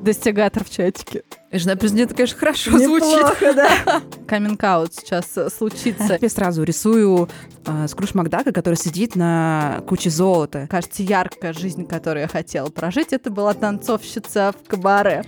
Достигатор в чатике. Жена президента, конечно, хорошо звучит. Да. Каминг-аут сейчас случится. Я сразу рисую Скрудж Макдака, который сидит на куче золота. Кажется, яркая жизнь, которую я хотела прожить, это была танцовщица в кабаре.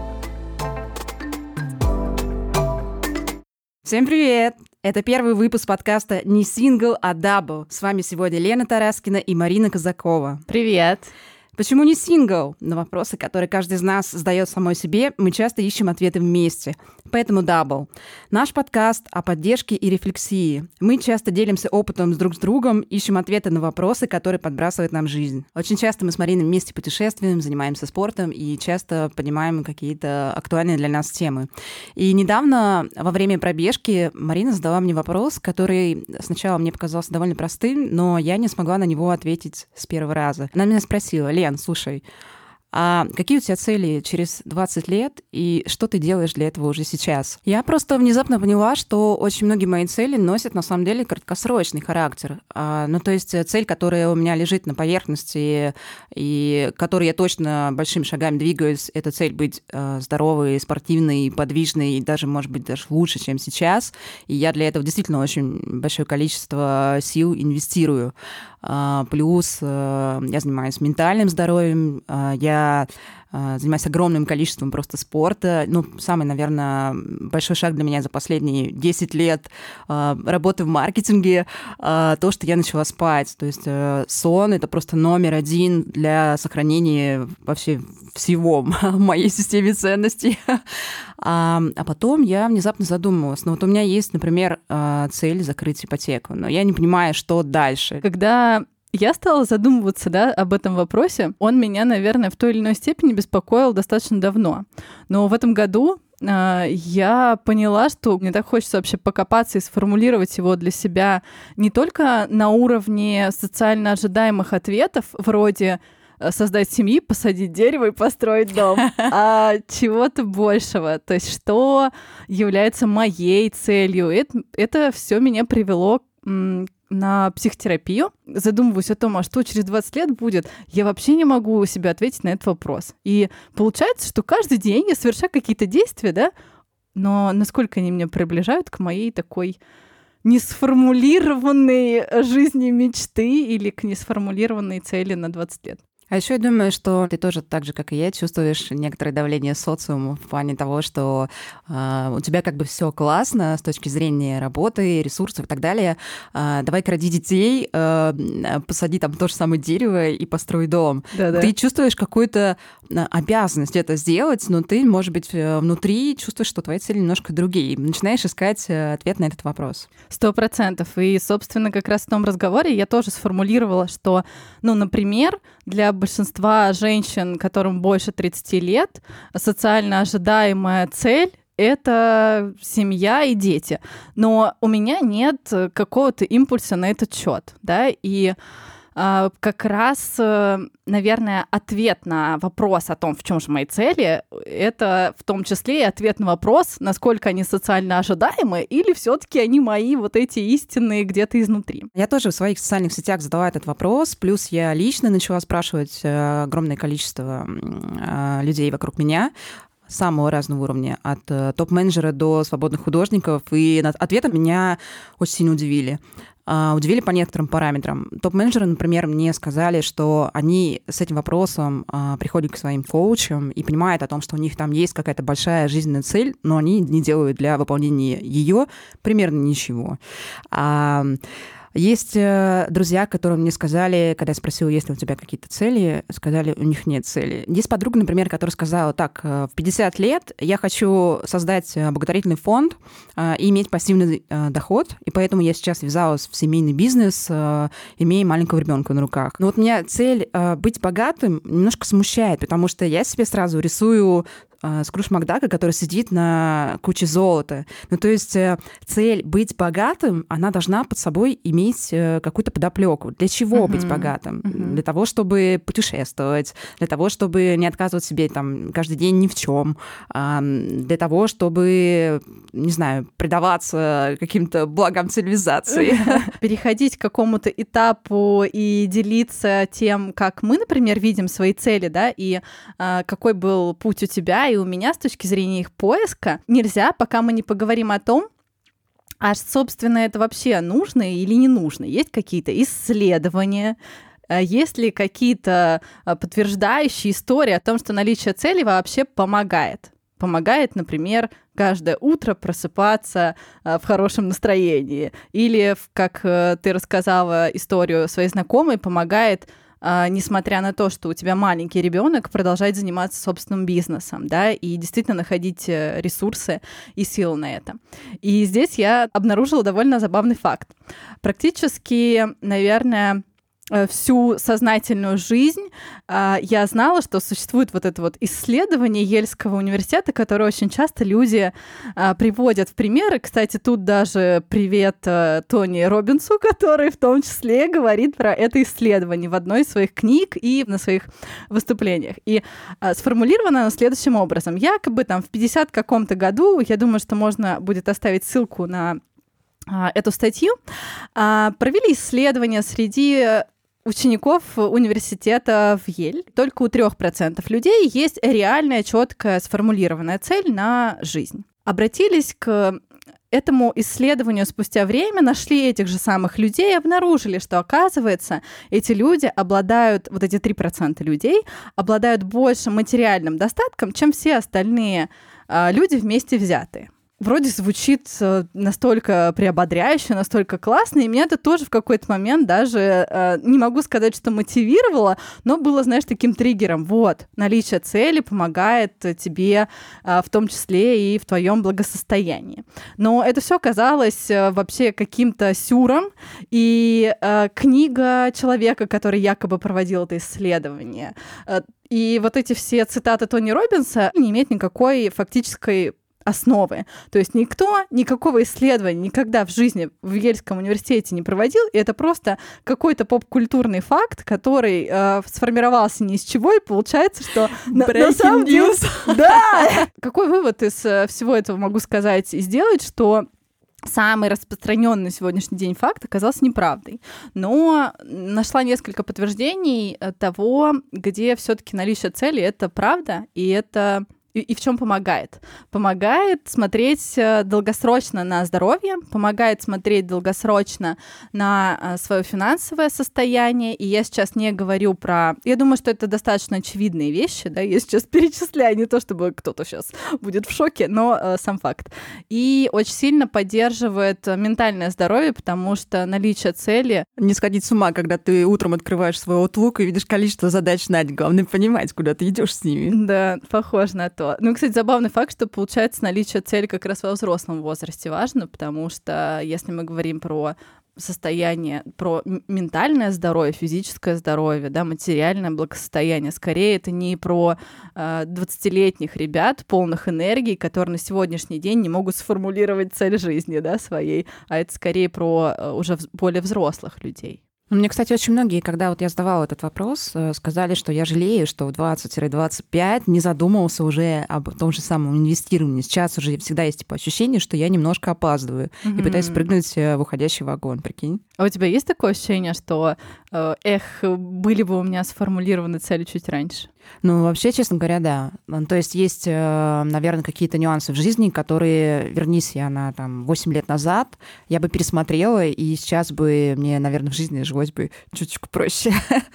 Всем привет! Это первый выпуск подкаста «Не сингл, а дабл». С вами сегодня Лена Тараскина и Марина Казакова. Привет! Почему не сингл? На вопросы, которые каждый из нас задает самой себе, мы часто ищем ответы вместе. Поэтому дабл. Наш подкаст о поддержке и рефлексии. Мы часто делимся опытом друг с другом, ищем ответы на вопросы, которые подбрасывает нам жизнь. Очень часто мы с Мариной вместе путешествуем, занимаемся спортом и часто поднимаем какие-то актуальные для нас темы. И недавно во время пробежки Марина задала мне вопрос, который сначала мне показался довольно простым, но я не смогла на него ответить с первого раза. Она меня спросила: Лен, слушай, а какие у тебя цели через 20 лет и что ты делаешь для этого уже сейчас? Я просто внезапно поняла, что очень многие мои цели носят на самом деле краткосрочный характер. То есть цель, которая у меня лежит на поверхности и которой я точно большими шагами двигаюсь, это цель быть здоровой, спортивной, подвижной и даже, может быть, даже лучше, чем сейчас. И я для этого действительно очень большое количество сил инвестирую. Плюс я занимаюсь ментальным здоровьем, я занимаюсь огромным количеством просто спорта. Самый, наверное, большой шаг для меня за последние 10 лет работы в маркетинге, то, что я начала спать. То есть сон — это просто номер один для сохранения вообще всего в моей системе ценностей. А потом я внезапно задумалась. У меня есть, например, цель закрыть ипотеку, но я не понимаю, что дальше. Когда я стала задумываться, об этом вопросе, он меня, наверное, в той или иной степени беспокоил достаточно давно. Но в этом году я поняла, что мне так хочется вообще покопаться и сформулировать его для себя не только на уровне социально ожидаемых ответов, вроде создать семью, посадить дерево и построить дом, а чего-то большего. То есть что является моей целью. Это все меня привело на психотерапию. Задумываюсь о том, а что через 20 лет будет, я вообще не могу себе ответить на этот вопрос. И получается, что каждый день я совершаю какие-то действия, но насколько они меня приближают к моей такой несформулированной жизни мечты или к несформулированной цели на 20 лет. А еще я думаю, что ты тоже так же, как и я, чувствуешь некоторое давление социума в плане того, что у тебя как бы все классно с точки зрения работы, ресурсов и так далее. Давай-ка роди детей, посади там то же самое дерево и построй дом. Да-да. Ты чувствуешь какую-то обязанность это сделать, но ты, может быть, внутри чувствуешь, что твои цели немножко другие. Начинаешь искать ответ на этот вопрос. 100%. И, собственно, как раз в том разговоре я тоже сформулировала, что, например, для большинства женщин, которым больше 30 лет, социально ожидаемая цель — это семья и дети. Но у меня нет какого-то импульса на этот счет, и как раз, наверное, ответ на вопрос о том, в чем же мои цели, это в том числе и ответ на вопрос, насколько они социально ожидаемы, или все-таки они мои вот эти истинные где-то изнутри. Я тоже в своих социальных сетях задала этот вопрос, плюс я лично начала спрашивать огромное количество людей вокруг меня, самого разного уровня, от топ-менеджера до свободных художников, и ответы меня очень сильно удивили. Удивили по некоторым параметрам. Топ-менеджеры, например, мне сказали, что они с этим вопросом приходят к своим коучам и понимают о том, что у них там есть какая-то большая жизненная цель, но они не делают для выполнения ее примерно ничего. Есть друзья, которые мне сказали, когда я спросила, есть ли у тебя какие-то цели, сказали, у них нет цели. Есть подруга, например, которая сказала, так, в 50 лет я хочу создать благотворительный фонд и иметь пассивный доход, и поэтому я сейчас ввязалась в семейный бизнес, имея маленького ребенка на руках. Но вот меня цель быть богатым немножко смущает, потому что я себе сразу рисую Скрудж Макдака, который сидит на куче золота. Ну, то есть цель быть богатым, она должна под собой иметь какую-то подоплеку. Для чего быть богатым? Для того, чтобы путешествовать, для того, чтобы не отказывать себе там каждый день ни в чем, для того, чтобы, не знаю, предаваться каким-то благам цивилизации. Переходить к какому-то этапу и делиться тем, как мы, например, видим свои цели, да, и какой был путь у тебя и у меня с точки зрения их поиска, нельзя, пока мы не поговорим о том, а, собственно, это вообще нужно или не нужно. Есть какие-то исследования, есть ли какие-то подтверждающие истории о том, что наличие цели вообще помогает? Помогает, например, каждое утро просыпаться в хорошем настроении. Или, как ты рассказала историю своей знакомой, помогает, несмотря на то, что у тебя маленький ребенок, продолжать заниматься собственным бизнесом, да, и действительно находить ресурсы и силы на это. И здесь я обнаружила довольно забавный факт. Практически, наверное, всю сознательную жизнь я знала, что существует вот это вот исследование Ельского университета, которое очень часто люди приводят в примеры. Кстати, тут даже привет Тони Роббинсу, который в том числе говорит про это исследование в одной из своих книг и на своих выступлениях. И сформулировано оно следующим образом. Якобы там в 50 каком-то году, я думаю, что можно будет оставить ссылку на эту статью, провели исследования среди учеников университета в Йель. Только у 3% людей есть реальная, четкая, сформулированная цель на жизнь. Обратились к этому исследованию спустя время, нашли этих же самых людей и обнаружили, что, оказывается, эти люди обладают, вот эти 3% людей, обладают большим материальным достатком, чем все остальные люди вместе взятые. Вроде звучит настолько приободряюще, настолько классно, и меня это тоже в какой-то момент даже, не могу сказать, что мотивировало, но было, знаешь, таким триггером. Вот, наличие цели помогает тебе в том числе и в твоем благосостоянии. Но это все казалось вообще каким-то сюром, и книга человека, который якобы проводил это исследование, и вот эти все цитаты Тони Роббинса не имеют никакой фактической основы. То есть никто никакого исследования никогда в жизни в Ельском университете не проводил, и это просто какой-то поп-культурный факт, который сформировался ни из чего, и получается, что на самом деле... Да! Какой вывод из всего этого могу сказать и сделать, что самый распространенный на сегодняшний день факт оказался неправдой. Но нашла несколько подтверждений того, где все-таки наличие цели — это правда, и это... И в чем помогает? Помогает смотреть долгосрочно на здоровье, помогает смотреть долгосрочно на свое финансовое состояние. И я сейчас не говорю про... Я думаю, что это достаточно очевидные вещи, да, я сейчас перечисляю, не то чтобы кто-то сейчас будет в шоке, но сам факт. И очень сильно поддерживает ментальное здоровье, потому что наличие цели... Не сходить с ума, когда ты утром открываешь свой Outlook и видишь количество задач на день. Главное понимать, куда ты идешь с ними. Да, похоже на то. Ну, кстати, забавный факт, что, получается, наличие цели как раз во взрослом возрасте важно, потому что если мы говорим про состояние, про ментальное здоровье, физическое здоровье, да, материальное благосостояние, скорее это не про 20-летних ребят, полных энергии, которые на сегодняшний день не могут сформулировать цель жизни, да, своей, а это скорее про уже более взрослых людей. Мне, кстати, очень многие, когда вот я задавала этот вопрос, сказали, что я жалею, что в 20-25 не задумывался уже об том же самом инвестировании. Сейчас уже всегда есть типа ощущение, что я немножко опаздываю и пытаюсь прыгнуть в уходящий вагон, прикинь. А у тебя есть такое ощущение, что, были бы у меня сформулированы цели чуть раньше? Ну, вообще, честно говоря, да. То есть есть, наверное, какие-то нюансы в жизни, которые, вернись я на там 8 лет назад, я бы пересмотрела, и сейчас бы мне, наверное, в жизни жилось бы чуточку проще.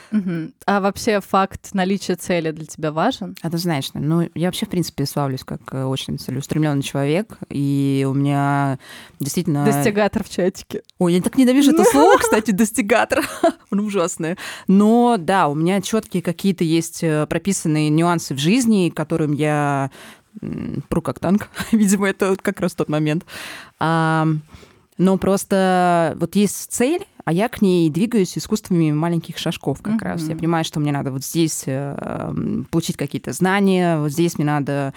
А вообще факт наличия цели для тебя важен? Однозначно. Ну, я вообще, в принципе, славлюсь как очень целеустремленный человек, и у меня действительно... Достигатор в чатике. Ой, я так ненавижу это слово, кстати, достигатор. Он ужасный. Но да, у меня четкие какие-то есть прописанные нюансы в жизни, которым я пру как танк. Видимо, это как раз тот момент. Но просто вот есть цель, а я к ней двигаюсь искусствами маленьких шажков как раз. Я понимаю, что мне надо вот здесь получить какие-то знания, вот здесь мне надо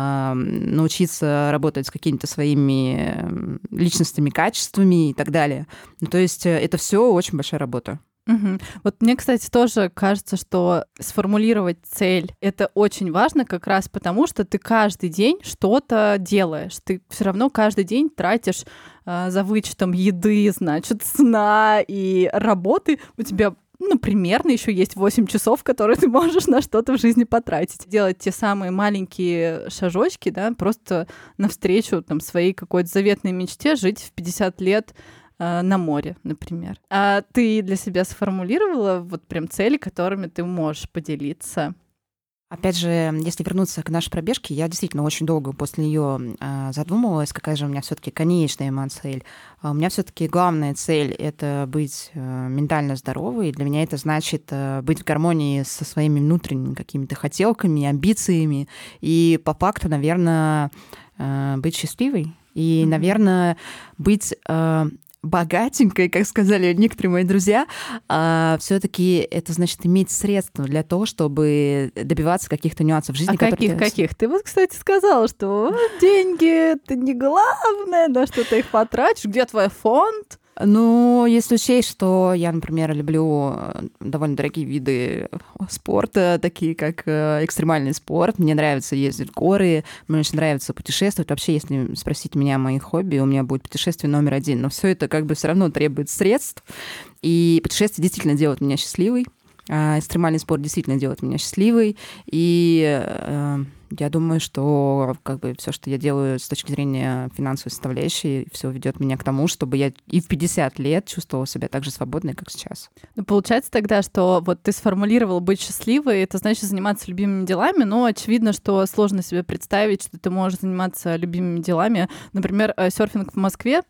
научиться работать с какими-то своими личностными качествами и так далее. Ну, то есть это все очень большая работа. Вот мне, кстати, тоже кажется, что сформулировать цель — это очень важно как раз потому, что ты каждый день что-то делаешь. Ты все равно каждый день тратишь за вычетом еды, значит, сна и работы. У тебя примерно еще есть 8 часов, которые ты можешь на что-то в жизни потратить. Делать те самые маленькие шажочки, да, просто навстречу своей какой-то заветной мечте жить в 50 лет на море, например. А ты для себя сформулировала вот прям цели, которыми ты можешь поделиться? Опять же, если вернуться к нашей пробежке, я действительно очень долго после нее задумывалась, какая же у меня все-таки конечная моя цель. У меня все-таки главная цель — это быть ментально здоровой. Для меня это значит быть в гармонии со своими внутренними какими-то хотелками, амбициями и по факту, наверное, быть счастливой и, наверное, быть богатенькой, как сказали некоторые мои друзья, все-таки это значит иметь средства для того, чтобы добиваться каких-то нюансов в жизни. Каких? Ты вот, кстати, сказала, что деньги — это не главное, на что ты их потратишь. Где твой фонд? Ну, если учесть, что я, например, люблю довольно дорогие виды спорта, такие как экстремальный спорт, мне нравится ездить в горы, мне очень нравится путешествовать. Вообще, если спросить меня о моих хобби, у меня будет путешествие номер 1. Но все это как бы все равно требует средств, и путешествие действительно делает меня счастливой. Экстремальный спорт действительно делает меня счастливой, и я думаю, что как бы все, что я делаю с точки зрения финансовой составляющей, все ведет меня к тому, чтобы я и в 50 лет чувствовала себя так же свободной, как сейчас. Ну, получается тогда, что вот ты сформулировала быть счастливой, это значит заниматься любимыми делами, но очевидно, что сложно себе представить, что ты можешь заниматься любимыми делами. Например, серфинг в Москве,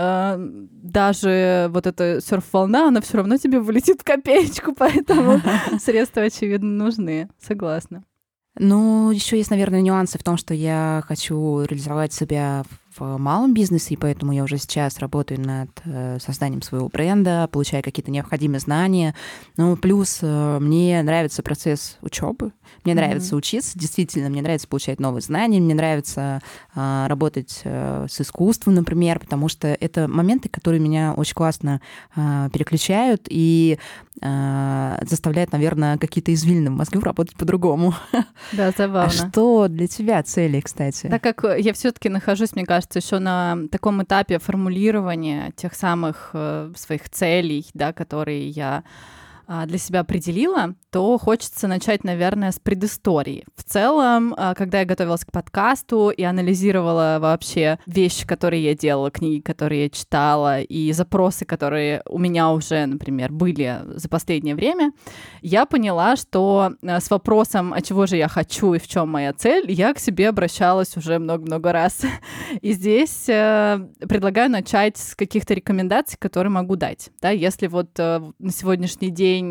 даже вот эта серф-волна, она все равно тебе вылетит в копеечку, поэтому средства, очевидно, нужны. Согласна. Ну, еще есть, наверное, нюансы в том, что я хочу реализовать себя в малом бизнесе, и поэтому я уже сейчас работаю над созданием своего бренда, получаю какие-то необходимые знания. Ну, плюс мне нравится процесс учебы, мне нравится учиться, действительно, мне нравится получать новые знания, мне нравится работать с искусством, например, потому что это моменты, которые меня очень классно переключают и заставляют, наверное, какие-то извилины в мозгу работать по-другому. Да, забавно. А что для тебя цели, кстати? Так как я все-таки нахожусь, мне кажется, еще на таком этапе формулирования тех самых своих целей, да, которые я для себя определила, то хочется начать, наверное, с предыстории. В целом, когда я готовилась к подкасту и анализировала вообще вещи, которые я делала, книги, которые я читала, и запросы, которые у меня уже, например, были за последнее время, я поняла, что с вопросом, а чего же я хочу и в чем моя цель, я к себе обращалась уже много-много раз. И здесь предлагаю начать с каких-то рекомендаций, которые могу дать. Да, если вот на сегодняшний день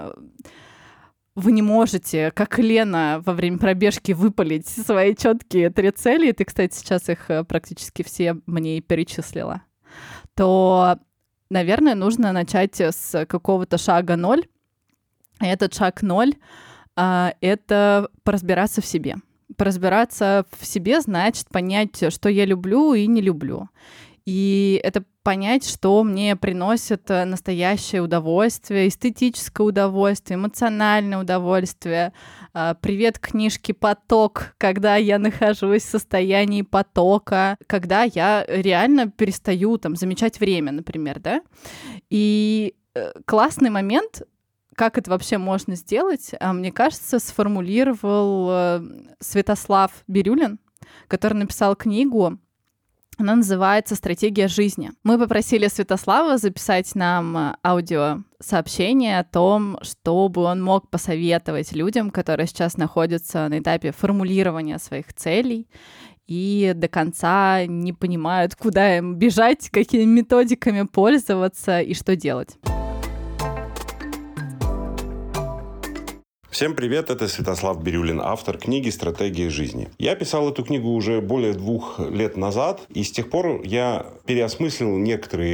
вы не можете, как Лена, во время пробежки выпалить свои четкие 3 цели, ты, кстати, сейчас их практически все мне и перечислила, то, наверное, нужно начать с какого-то шага 0. И этот шаг 0 — это поразбираться в себе. Поразбираться в себе значит понять, что я люблю и не люблю. И это понять, что мне приносит настоящее удовольствие, эстетическое удовольствие, эмоциональное удовольствие. Привет книжке «Поток», когда я нахожусь в состоянии потока, когда я реально перестаю замечать время, например, да? И классный момент, как это вообще можно сделать, мне кажется, сформулировал Святослав Бирюлин, который написал книгу. Она называется «Стратегия жизни». Мы попросили Святослава записать нам аудиосообщение о том, чтобы он мог посоветовать людям, которые сейчас находятся на этапе формулирования своих целей и до конца не понимают, куда им бежать, какими методиками пользоваться и что делать. Всем привет, это Святослав Бирюлин, автор книги «Стратегия жизни». Я писал эту книгу уже более 2 лет назад, и с тех пор я переосмыслил некоторые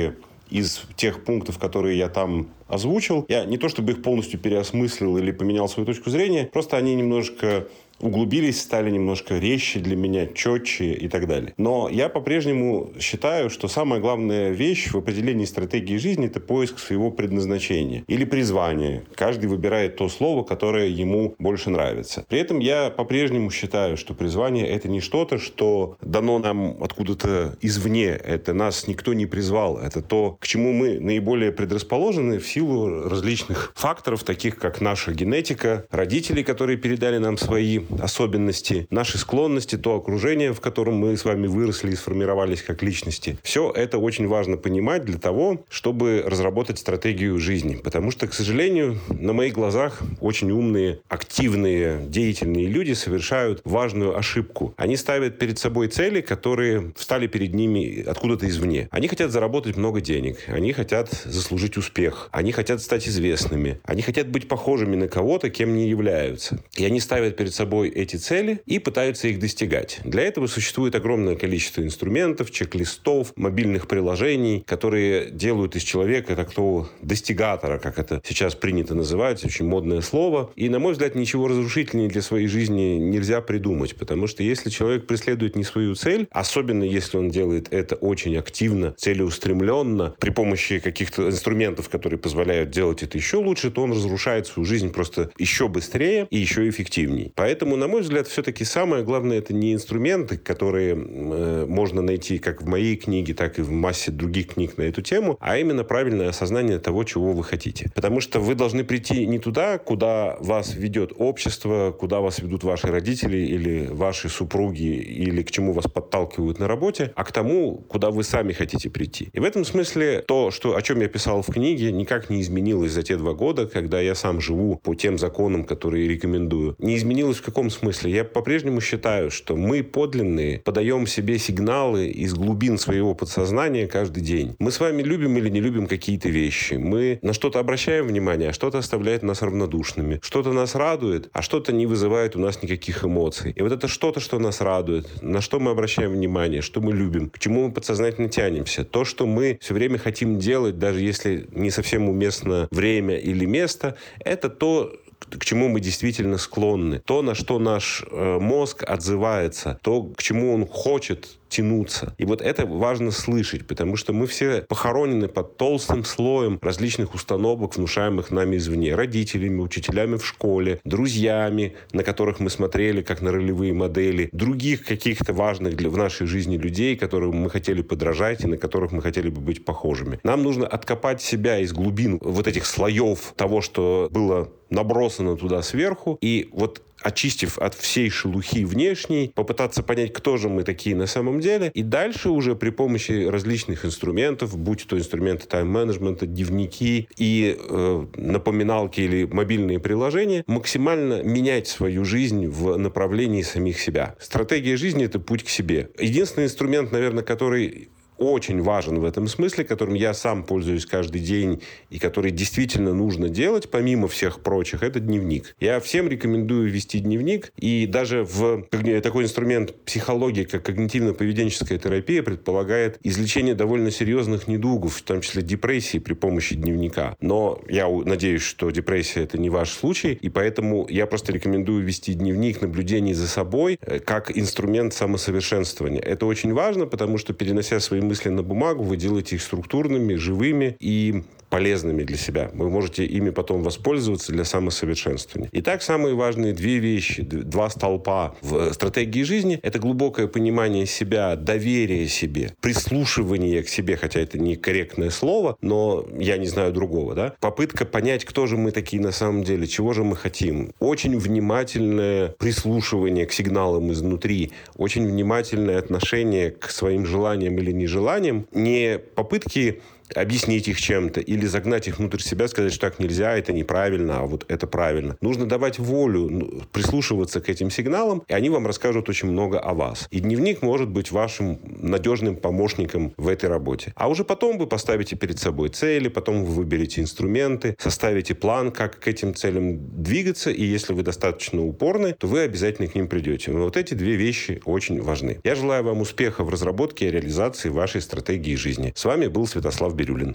из тех пунктов, которые я там озвучил. Я не то чтобы их полностью переосмыслил или поменял свою точку зрения, просто они немножко углубились, стали немножко резче для меня, четче и так далее. Но я по-прежнему считаю, что самая главная вещь в определении стратегии жизни – это поиск своего предназначения или призвания. Каждый выбирает то слово, которое ему больше нравится. При этом я по-прежнему считаю, что призвание – это не что-то, что дано нам откуда-то извне. Это нас никто не призвал. Это то, к чему мы наиболее предрасположены в силу различных факторов, таких как наша генетика, родители, которые передали нам свои особенности, наши склонности, то окружение, в котором мы с вами выросли и сформировались как личности. Все это очень важно понимать для того, чтобы разработать стратегию жизни. Потому что, к сожалению, на моих глазах очень умные, активные, деятельные люди совершают важную ошибку. Они ставят перед собой цели, которые встали перед ними откуда-то извне. Они хотят заработать много денег, они хотят заслужить успех, они хотят стать известными, они хотят быть похожими на кого-то, кем не являются. И они ставят перед собой эти цели и пытаются их достигать. Для этого существует огромное количество инструментов, чек-листов, мобильных приложений, которые делают из человека такого достигатора, как это сейчас принято называть, очень модное слово. И, на мой взгляд, ничего разрушительнее для своей жизни нельзя придумать, потому что если человек преследует не свою цель, особенно если он делает это очень активно, целеустремленно, при помощи каких-то инструментов, которые позволяют делать это еще лучше, то он разрушает свою жизнь просто еще быстрее и еще эффективнее. Поэтому, на мой взгляд, все-таки самое главное – это не инструменты, которые можно найти как в моей книге, так и в массе других книг на эту тему, а именно правильное осознание того, чего вы хотите. Потому что вы должны прийти не туда, куда вас ведет общество, куда вас ведут ваши родители или ваши супруги, или к чему вас подталкивают на работе, а к тому, куда вы сами хотите прийти. И в этом смысле то, о чем я писал в книге, никак не изменилось за те 2 года, когда я сам живу по тем законам, которые рекомендую. Не изменилось в каком смысле? Я по-прежнему считаю, что мы подлинные подаем себе сигналы из глубин своего подсознания каждый день. Мы с вами любим или не любим какие-то вещи. Мы на что-то обращаем внимание, а что-то оставляет нас равнодушными. Что-то нас радует, а что-то не вызывает у нас никаких эмоций. И вот это что-то, что нас радует, на что мы обращаем внимание, что мы любим, к чему мы подсознательно тянемся. То, что мы все время хотим делать, даже если не совсем уместно время или место, это то, к чему мы действительно склонны. То, на что наш мозг отзывается. То, к чему он хочет тянуться. И вот это важно слышать, потому что мы все похоронены под толстым слоем различных установок, внушаемых нами извне. Родителями, учителями в школе, друзьями, на которых мы смотрели как на ролевые модели, других каких-то важных в нашей жизни людей, которым мы хотели подражать и на которых мы хотели бы быть похожими. Нам нужно откопать себя из глубин вот этих слоев того, что было набросано туда сверху, и вот очистив от всей шелухи внешней, попытаться понять, кто же мы такие на самом деле, и дальше уже при помощи различных инструментов, будь то инструменты тайм-менеджмента, дневники и напоминалки или мобильные приложения, максимально менять свою жизнь в направлении самих себя. Стратегия жизни – это путь к себе. Единственный инструмент, наверное, который очень важен в этом смысле, которым я сам пользуюсь каждый день и который действительно нужно делать, помимо всех прочих, это дневник. Я всем рекомендую вести дневник, и даже такой инструмент психологии, как когнитивно-поведенческая терапия, предполагает излечение довольно серьезных недугов, в том числе депрессии, при помощи дневника. Но я надеюсь, что депрессия – это не ваш случай, и поэтому я просто рекомендую вести дневник наблюдений за собой как инструмент самосовершенствования. Это очень важно, потому что, перенося свои мысли на бумагу, вы делаете их структурными, живыми и полезными для себя. Вы можете ими потом воспользоваться для самосовершенствования. Итак, самые важные 2 вещи, 2 столпа в стратегии жизни – это глубокое понимание себя, доверие себе, прислушивание к себе, хотя это не корректное слово, но я не знаю другого, да? Попытка понять, кто же мы такие на самом деле, чего же мы хотим. Очень внимательное прислушивание к сигналам изнутри, очень внимательное отношение к своим желаниям или нежеланиям, не попытки объяснить их чем-то или загнать их внутрь себя, сказать, что так нельзя, это неправильно, а вот это правильно. Нужно давать волю, прислушиваться к этим сигналам, и они вам расскажут очень много о вас. И дневник может быть вашим надежным помощником в этой работе. А уже потом вы поставите перед собой цели, потом вы выберете инструменты, составите план, как к этим целям двигаться, и если вы достаточно упорны, то вы обязательно к ним придете. Но вот эти 2 вещи очень важны. Я желаю вам успеха в разработке и реализации вашей стратегии жизни. С вами был Святослав Бирюлин.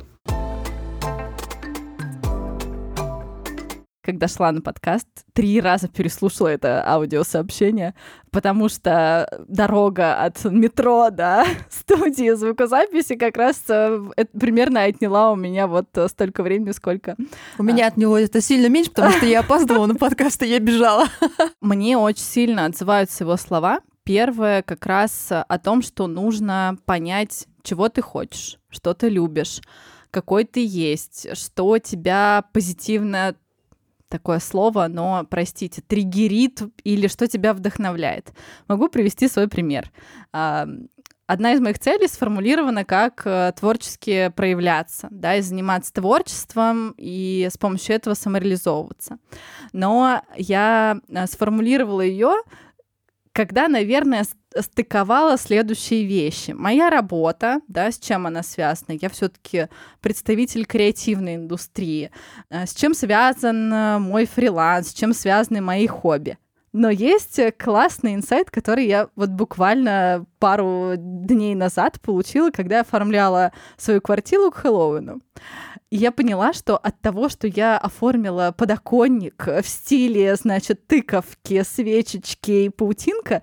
Когда шла на подкаст, 3 раза переслушала это аудиосообщение, потому что дорога от метро до студии звукозаписи как раз примерно отняла у меня вот столько времени, сколько... У меня отняло это сильно меньше, потому что я опаздывала на подкаст, и я бежала. Мне очень сильно отзываются его слова. Первое как раз о том, что нужно понять, чего ты хочешь, что ты любишь, какой ты есть, что тебя позитивно, такое слово, но, простите, триггерит или что тебя вдохновляет. Могу привести свой пример. Одна из моих целей сформулирована как творчески проявляться, да, и заниматься творчеством, и с помощью этого самореализовываться. Но я сформулировала ее, когда, наверное, стыковала следующие вещи. Моя работа, да, с чем она связана? Я все-таки представитель креативной индустрии. С чем связан мой фриланс? С чем связаны мои хобби? Но есть классный инсайт, который я вот буквально пару дней назад получила, когда я оформляла свою квартиру к Хэллоуину. И я поняла, что от того, что я оформила подоконник в стиле, значит, тыковки, свечечки и паутинка,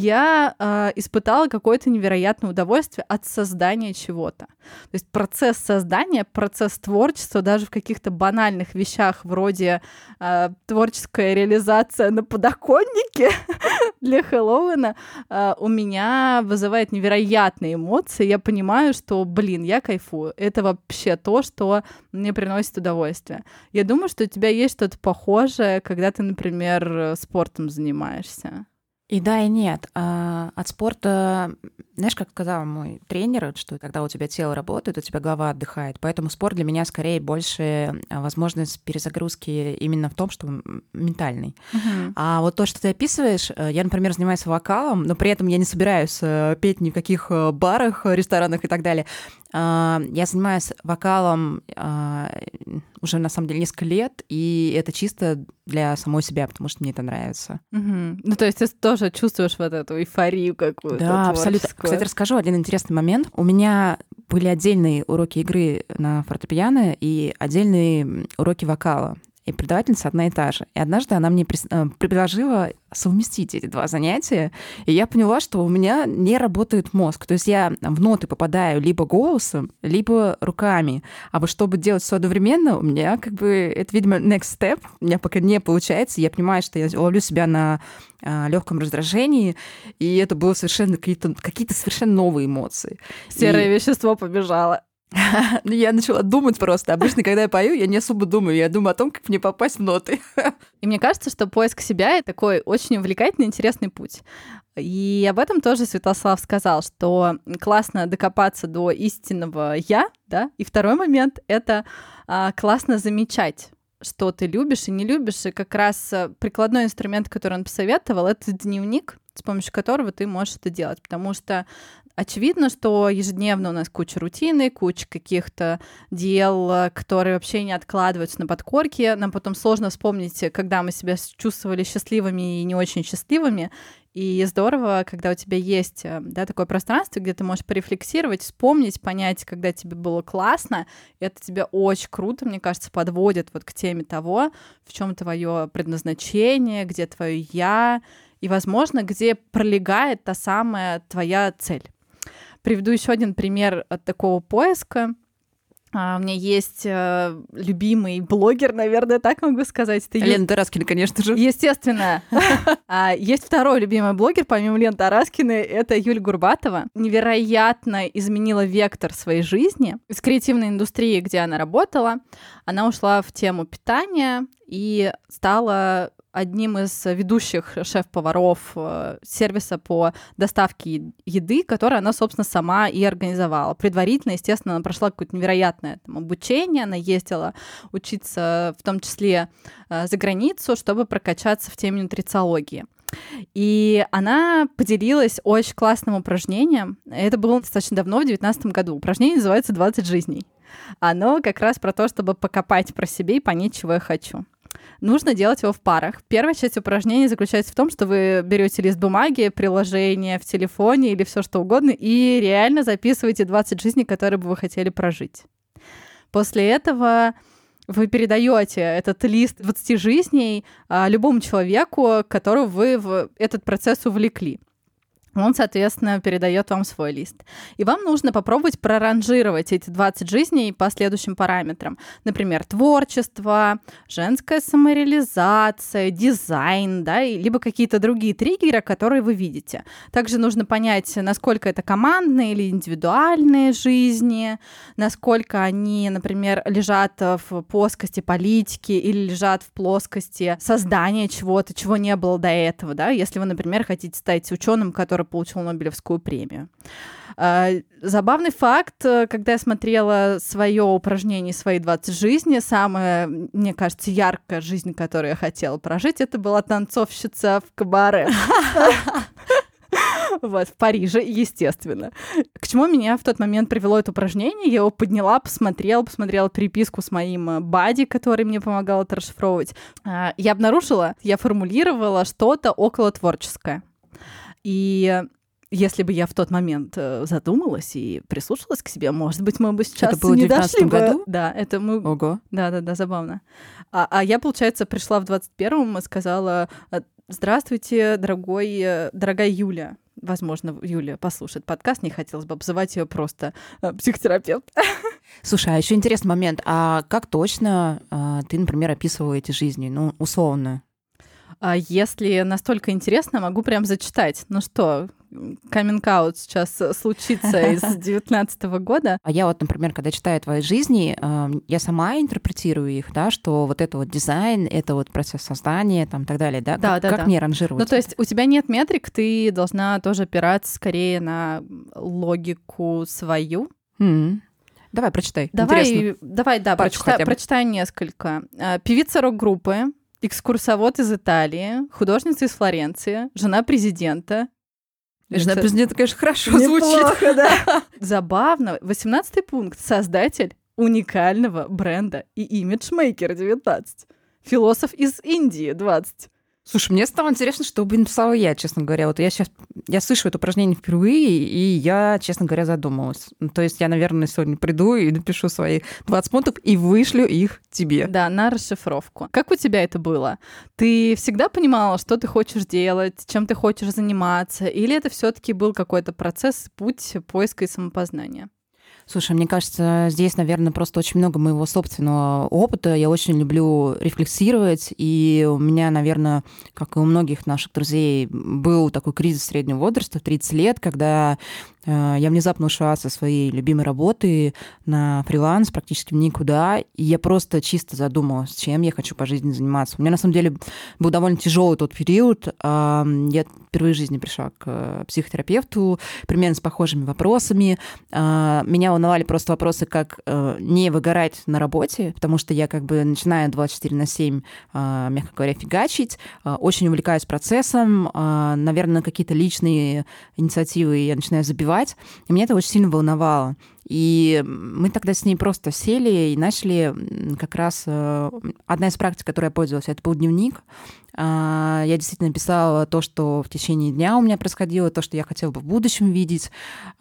я испытала какое-то невероятное удовольствие от создания чего-то. То есть процесс создания, процесс творчества даже в каких-то банальных вещах вроде творческая реализация на подоконнике для Хэллоуина у меня вызывает невероятные эмоции. Я понимаю, что, я кайфую. Это вообще то, что мне приносит удовольствие. Я думаю, что у тебя есть что-то похожее, когда ты, например, спортом занимаешься. И да, и нет. От спорта, знаешь, как сказал мой тренер, что когда у тебя тело работает, у тебя голова отдыхает. Поэтому спорт для меня скорее больше возможность перезагрузки именно в том, что ментальный. А вот то, что ты описываешь, я, например, занимаюсь вокалом, но при этом я не собираюсь петь ни в каких барах, ресторанах и так далее. Я занимаюсь вокалом уже, на самом деле, несколько лет, и это чисто для самой себя, потому что мне это нравится. Ну, то есть ты тоже чувствуешь вот эту эйфорию какую-то. Да, абсолютно. Кстати, расскажу один интересный момент. У меня были отдельные уроки игры на фортепиано и отдельные уроки вокала. И преподавательница одна и та же. И однажды она мне предложила совместить эти 2 занятия, и я поняла, что у меня не работает мозг. То есть я в ноты попадаю либо голосом, либо руками. А вот чтобы делать все одновременно, у меня это, видимо, next step. У меня пока не получается. Я понимаю, что я ловлю себя на легком раздражении, и это было совершенно какие-то совершенно новые эмоции. Серое вещество побежало. Ну, я начала думать просто. Обычно, когда я пою, я не особо думаю. Я думаю о том, как мне попасть в ноты. И мне кажется, что поиск себя — это такой очень увлекательный, интересный путь. И об этом тоже Святослав сказал, что классно докопаться до истинного «я», да? И второй момент — это классно замечать, что ты любишь и не любишь. И как раз прикладной инструмент, который он посоветовал, это дневник, с помощью которого ты можешь это делать. Потому что очевидно, что ежедневно у нас куча рутины, куча каких-то дел, которые вообще не откладываются на подкорке. Нам потом сложно вспомнить, когда мы себя чувствовали счастливыми и не очень счастливыми. И здорово, когда у тебя есть, да, такое пространство, где ты можешь порефлексировать, вспомнить, понять, когда тебе было классно. Это тебя очень круто, мне кажется, подводит вот к теме того, в чем твое предназначение, где твое «я», и, возможно, где пролегает та самая твоя цель. Приведу еще один пример от такого поиска. У меня есть любимый блогер, наверное, так могу сказать. Лена Тараскина, конечно же. Естественно. Есть второй любимый блогер, помимо Лены Тараскиной, это Юлия Гурбатова. Невероятно изменила вектор своей жизни. Из креативной индустрии, где она работала, она ушла в тему питания и стала одним из ведущих шеф-поваров сервиса по доставке еды, который она, собственно, сама и организовала. Предварительно, естественно, она прошла какое-то невероятное обучение, она ездила учиться, в том числе за границу, чтобы прокачаться в теме нутрициологии. И она поделилась очень классным упражнением. Это было достаточно давно, в 2019 году. Упражнение называется «20 жизней». Оно как раз про то, чтобы покопать про себя и понять, чего я хочу. Нужно делать его в парах. Первая часть упражнения заключается в том, что вы берете лист бумаги, приложение в телефоне или все что угодно и реально записываете 20 жизней, которые бы вы хотели прожить. После этого вы передаете этот лист 20 жизней любому человеку, которого вы в этот процесс увлекли. Он, соответственно, передает вам свой лист. И вам нужно попробовать проранжировать эти 20 жизней по следующим параметрам. Например, творчество, женская самореализация, дизайн, да, либо какие-то другие триггеры, которые вы видите. Также нужно понять, насколько это командные или индивидуальные жизни, насколько они, например, лежат в плоскости политики или лежат в плоскости создания чего-то, чего не было до этого, да, если вы, например, хотите стать ученым, который получил Нобелевскую премию. Забавный факт, когда я смотрела свое упражнение «Свои 20 жизней», самая, мне кажется, яркая жизнь, которую я хотела прожить, это была танцовщица в кабаре. Вот, в Париже, естественно. К чему меня в тот момент привело это упражнение? Я его подняла, посмотрела переписку с моим бадди, который мне помогал это расшифровывать. Я обнаружила, я формулировала что-то околотворческое. И если бы я в тот момент задумалась и прислушалась к себе, может быть, мы бы сейчас это было не в 19 дошли бы. году? Да, это мы... Ого. Да, забавно. А я, получается, пришла в 21-м и сказала: «Здравствуйте, дорогая Юля». Возможно, Юля послушает подкаст, не хотелось бы обзывать ее просто психотерапевт. Слушай, а еще интересный момент. А как точно ты, например, описывала эти жизни? Ну, условно. Если настолько интересно, могу прям зачитать. Ну что, каминг-аут сейчас случится из 19-го года. А я вот, например, когда читаю твои жизни, я сама интерпретирую их, да, что вот это вот дизайн, это вот процесс создания, там, и так далее, да? Как мне ранжировать? Ну, то есть у тебя нет метрик, ты должна тоже опираться скорее на логику свою. Давай, прочитай. Давай, прочитай несколько. Певица рок-группы, экскурсовод из Италии, художница из Флоренции, жена президента. Жена президента, конечно, хорошо звучит. Да. Забавно. 18-й пункт. Создатель уникального бренда и имиджмейкер 19. Философ из Индии 20. Слушай, мне стало интересно, что бы написала я, честно говоря. Вот я слышу это упражнение впервые, и я, честно говоря, задумалась. То есть я, наверное, сегодня приду и напишу свои 20 пунктов и вышлю их тебе. Да, на расшифровку. Как у тебя это было? Ты всегда понимала, что ты хочешь делать, чем ты хочешь заниматься, или это все-таки был какой-то процесс, путь поиска и самопознания? Слушай, мне кажется, здесь, наверное, просто очень много моего собственного опыта. Я очень люблю рефлексировать, и у меня, наверное, как и у многих наших друзей, был такой кризис среднего возраста в 30 лет, когда я внезапно ушла со своей любимой работы на фриланс практически в никуда, и я просто чисто задумалась, чем я хочу по жизни заниматься. У меня, на самом деле, был довольно тяжелый тот период. Я впервые в жизни пришла к психотерапевту примерно с похожими вопросами. Меня волновали просто вопросы, как не выгорать на работе, потому что я как бы начинаю 24/7, мягко говоря, фигачить, очень увлекаюсь процессом, наверное, на какие-то личные инициативы я начинаю забивать, и меня это очень сильно волновало. И мы тогда с ней просто сели и начали как раз... Одна из практик, которой я пользовалась, это был дневник. Я действительно писала то, что в течение дня у меня происходило, то, что я хотела бы в будущем видеть.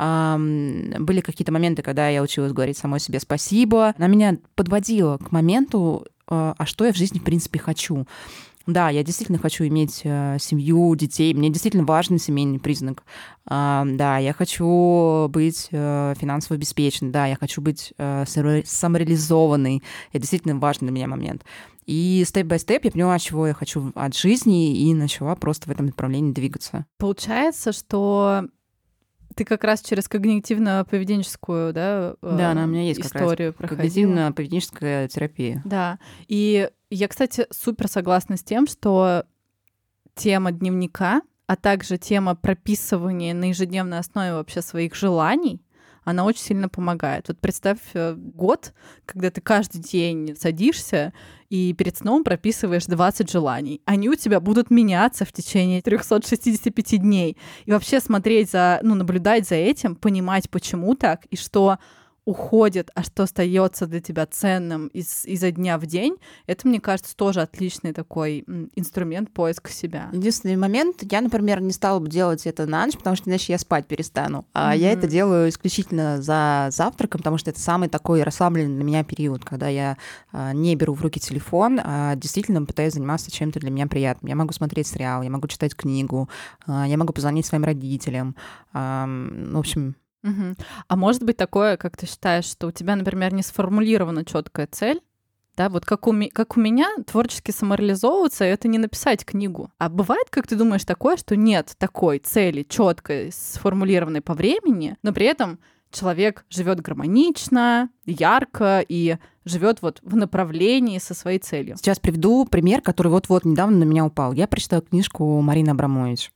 Были какие-то моменты, когда я училась говорить самой себе спасибо. Она меня подводила к моменту, а что я в жизни, в принципе, хочу. Да, я действительно хочу иметь семью, детей. Мне действительно важен семейный признак. Да, я хочу быть финансово обеспеченной. Да, я хочу быть самореализованной. Это действительно важный для меня момент. И степ-бай-степ я поняла, чего я хочу от жизни, и начала просто в этом направлении двигаться. Получается, что ты как раз через когнитивно-поведенческую, да, она у меня есть историю как раз проходила. Когнитивно-поведенческая терапия. Да. И я, кстати, супер согласна с тем, что тема дневника, а также тема прописывания на ежедневной основе вообще своих желаний, она очень сильно помогает. Вот представь год, когда ты каждый день садишься и перед сном прописываешь 20 желаний. Они у тебя будут меняться в течение 365 дней. И вообще смотреть наблюдать за этим, понимать, почему так, и что уходит, а что остается для тебя ценным изо дня в день, это, мне кажется, тоже отличный такой инструмент поиска себя. Единственный момент, я, например, не стала бы делать это на ночь, потому что иначе я спать перестану. А я это делаю исключительно за завтраком, потому что это самый такой расслабленный для меня период, когда я не беру в руки телефон, а действительно пытаюсь заниматься чем-то для меня приятным. Я могу смотреть сериал, я могу читать книгу, я могу позвонить своим родителям. В общем... А может быть такое, как ты считаешь, что у тебя, например, не сформулирована четкая цель, да, вот как у меня творчески самореализовываться — это не написать книгу. А бывает, как ты думаешь, такое, что нет такой цели четкой, сформулированной по времени, но при этом человек живет гармонично, ярко и живет вот в направлении со своей целью. Сейчас приведу пример, который вот-вот недавно на меня упал. Я прочитала книжку Марины Абрамович.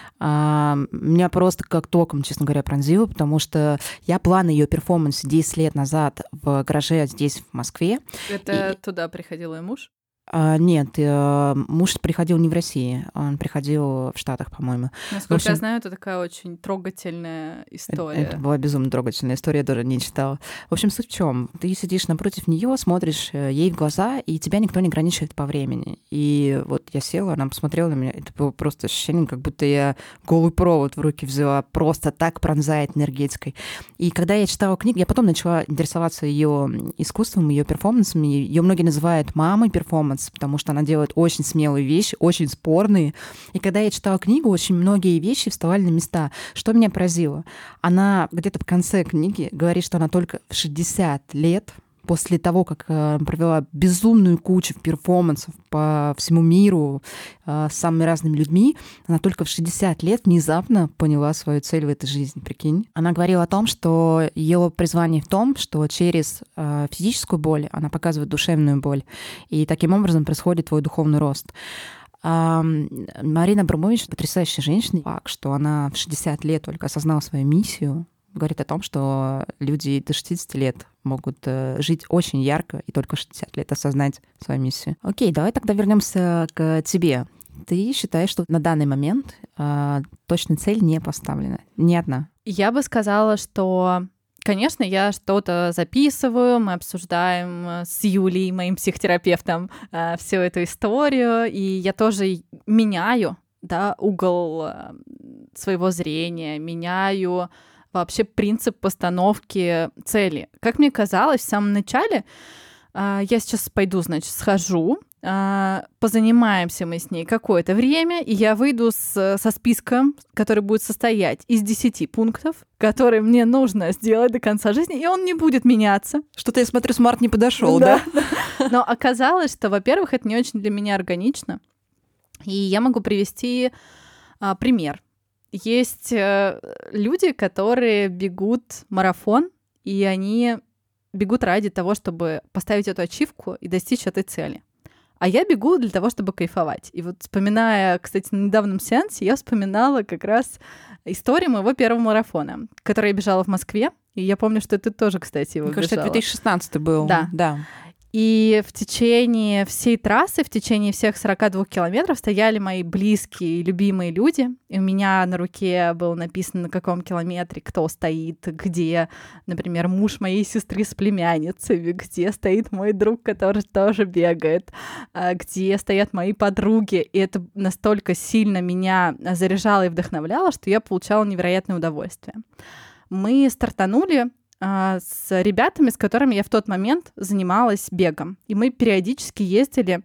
Меня просто как током, честно говоря, пронзило, потому что я планы ее перформанса 10 лет назад в гараже здесь, в Москве. Это туда приходил и муж? Нет, муж приходил не в России, он приходил в Штатах, по-моему. Насколько я знаю, это такая очень трогательная история. Это была безумно трогательная история, я даже не читала. В общем, суть в чем? Ты сидишь напротив нее, смотришь ей в глаза, и тебя никто не ограничивает по времени. И вот я села, она посмотрела на меня, это было просто ощущение, как будто я голый провод в руки взяла, просто так пронзает энергетикой. И когда я читала книгу, я потом начала интересоваться ее искусством, ее перформансами. Ее многие называют мамой перформанс, потому что она делает очень смелые вещи, очень спорные. И когда я читала книгу, очень многие вещи вставали на места. Что меня поразило? Она где-то в конце книги говорит, что она только в 60 лет, после того, как провела безумную кучу перформансов по всему миру с самыми разными людьми, она только в 60 лет внезапно поняла свою цель в этой жизни, прикинь. Она говорила о том, что ее призвание в том, что через физическую боль она показывает душевную боль, и таким образом происходит твой духовный рост. Марина Абрамович потрясающая женщина. Факт, что она в 60 лет только осознала свою миссию, говорит о том, что люди до 60 лет могут жить очень ярко и только в 60 лет осознать свою миссию. Окей, давай тогда вернемся к тебе. Ты считаешь, что на данный момент точная цель не поставлена? Ни одна? Я бы сказала, что, конечно, я что-то записываю, мы обсуждаем с Юлей, моим психотерапевтом, всю эту историю, и я тоже меняю, да, угол своего зрения, меняю вообще принцип постановки цели. Как мне казалось в самом начале, я сейчас пойду, значит, схожу, позанимаемся мы с ней какое-то время, и я выйду со списком, который будет состоять из 10 пунктов, которые мне нужно сделать до конца жизни, и он не будет меняться. Что-то, я смотрю, смарт не подошел, да? Но оказалось, что, во-первых, это не очень для меня органично, и я могу привести пример. Есть люди, которые бегут марафон, и они бегут ради того, чтобы поставить эту ачивку и достичь этой цели. А я бегу для того, чтобы кайфовать. И вот вспоминая, кстати, на недавнем сеансе, я вспоминала как раз историю моего первого марафона, который я бежала в Москве. И я помню, что ты тоже, кстати, его бежала. Мне кажется, 2016 был. Да. И в течение всей трассы, в течение всех 42 километров стояли мои близкие и любимые люди. И у меня на руке было написано, на каком километре кто стоит, где, например, муж моей сестры с племянницей, где стоит мой друг, который тоже бегает, где стоят мои подруги. И это настолько сильно меня заряжало и вдохновляло, что я получала невероятное удовольствие. Мы стартанули с ребятами, с которыми я в тот момент занималась бегом. И мы периодически ездили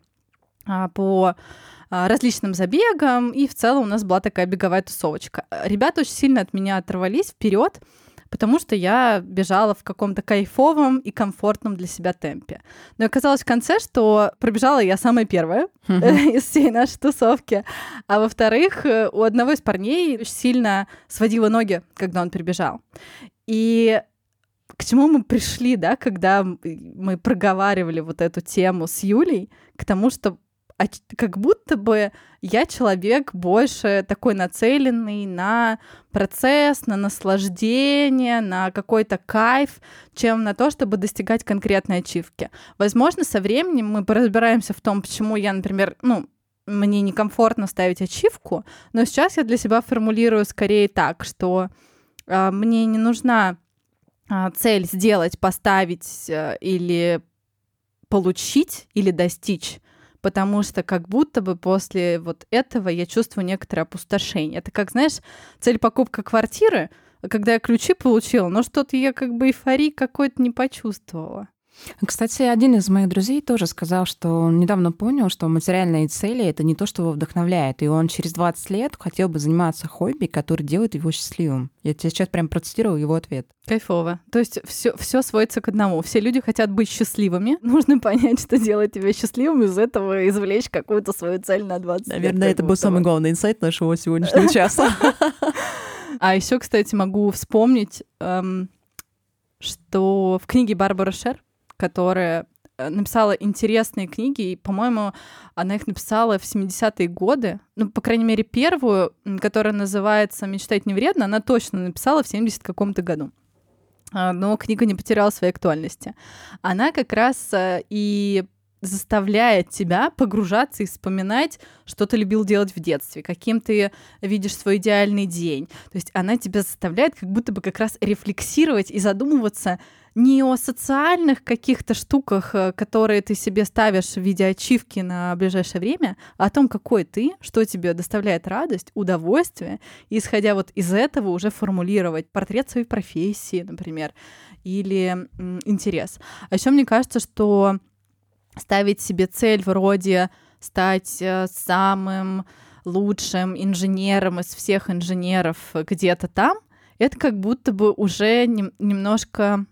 по различным забегам, и в целом у нас была такая беговая тусовочка. Ребята очень сильно от меня оторвались вперед, потому что я бежала в каком-то кайфовом и комфортном для себя темпе. Но оказалось в конце, что пробежала я самая первая из всей нашей тусовки. А во-вторых, у одного из парней очень сильно сводило ноги, когда он прибежал. И к чему мы пришли, да, когда мы проговаривали вот эту тему с Юлей, к тому, что как будто бы я человек больше такой нацеленный на процесс, на наслаждение, на какой-то кайф, чем на то, чтобы достигать конкретной ачивки. Возможно, со временем мы поразбираемся в том, почему я, например, мне некомфортно ставить ачивку, но сейчас я для себя формулирую скорее так, что мне не нужна цель сделать, поставить или получить, или достичь, потому что как будто бы после вот этого я чувствую некоторое опустошение. Это как, знаешь, цель покупка квартиры, а когда я ключи получила, но что-то я как бы эйфории какой-то не почувствовала. Кстати, один из моих друзей тоже сказал, что он недавно понял, что материальные цели — это не то, что его вдохновляет, и он через 20 лет хотел бы заниматься хобби, которое делает его счастливым. Я тебе сейчас прям процитировала его ответ. Кайфово. То есть все сводится к одному. Все люди хотят быть счастливыми. Нужно понять, что делает тебя счастливым, из этого извлечь какую-то свою цель на 20 лет. Наверное, это был самый главный инсайт нашего сегодняшнего часа. А еще, кстати, могу вспомнить, что в книге Барбары Шер, которая написала интересные книги, и, по-моему, она их написала в 70-е годы, ну, по крайней мере, первую, которая называется «Мечтать не вредно», она точно написала в 70 каком-то году. Но книга не потеряла своей актуальности. Она как раз и заставляет тебя погружаться и вспоминать, что ты любил делать в детстве, каким ты видишь свой идеальный день. То есть она тебя заставляет как будто бы как раз рефлексировать и задумываться не о социальных каких-то штуках, которые ты себе ставишь в виде ачивки на ближайшее время, а о том, какой ты, что тебе доставляет радость, удовольствие, и, исходя вот из этого, уже формулировать портрет своей профессии, например, или интерес. А еще мне кажется, что ставить себе цель вроде стать самым лучшим инженером из всех инженеров где-то там, это как будто бы уже немножко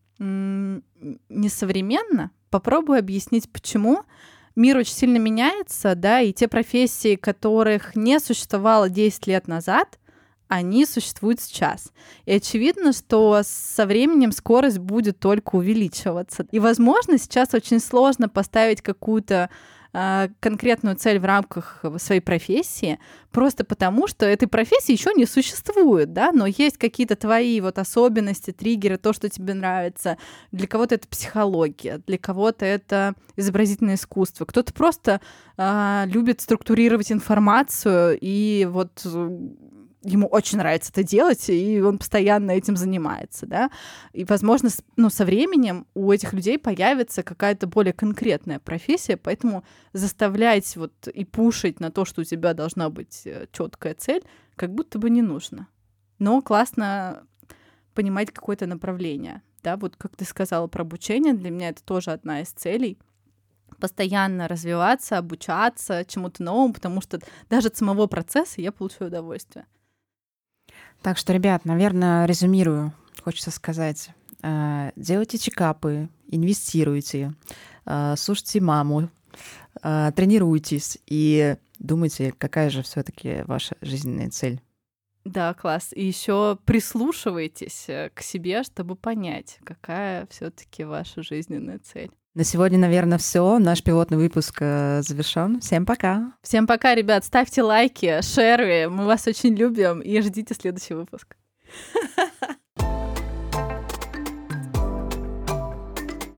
несовременно. Попробую объяснить, почему. Мир очень сильно меняется, да, и те профессии, которых не существовало 10 лет назад, они существуют сейчас. И очевидно, что со временем скорость будет только увеличиваться. И, возможно, сейчас очень сложно поставить какую-то конкретную цель в рамках своей профессии, просто потому, что этой профессии еще не существует, да, но есть какие-то твои вот особенности, триггеры, то, что тебе нравится. Для кого-то это психология, для кого-то это изобразительное искусство, кто-то просто любит структурировать информацию, и вот ему очень нравится это делать, и он постоянно этим занимается, да. И, возможно, со временем у этих людей появится какая-то более конкретная профессия, поэтому заставлять вот и пушить на то, что у тебя должна быть четкая цель, как будто бы не нужно. Но классно понимать какое-то направление, да. Вот как ты сказала про обучение, для меня это тоже одна из целей. Постоянно развиваться, обучаться чему-то новому, потому что даже от самого процесса я получаю удовольствие. Так что, ребят, наверное, резюмирую, хочется сказать. Делайте чекапы, инвестируйте, слушайте маму, тренируйтесь и думайте, какая же все-таки ваша жизненная цель. Да, класс. И еще прислушивайтесь к себе, чтобы понять, какая все-таки ваша жизненная цель. На сегодня, наверное, все. Наш пилотный выпуск завершен. Всем пока. Всем пока, ребят. Ставьте лайки, шеры. Мы вас очень любим и ждите следующий выпуск.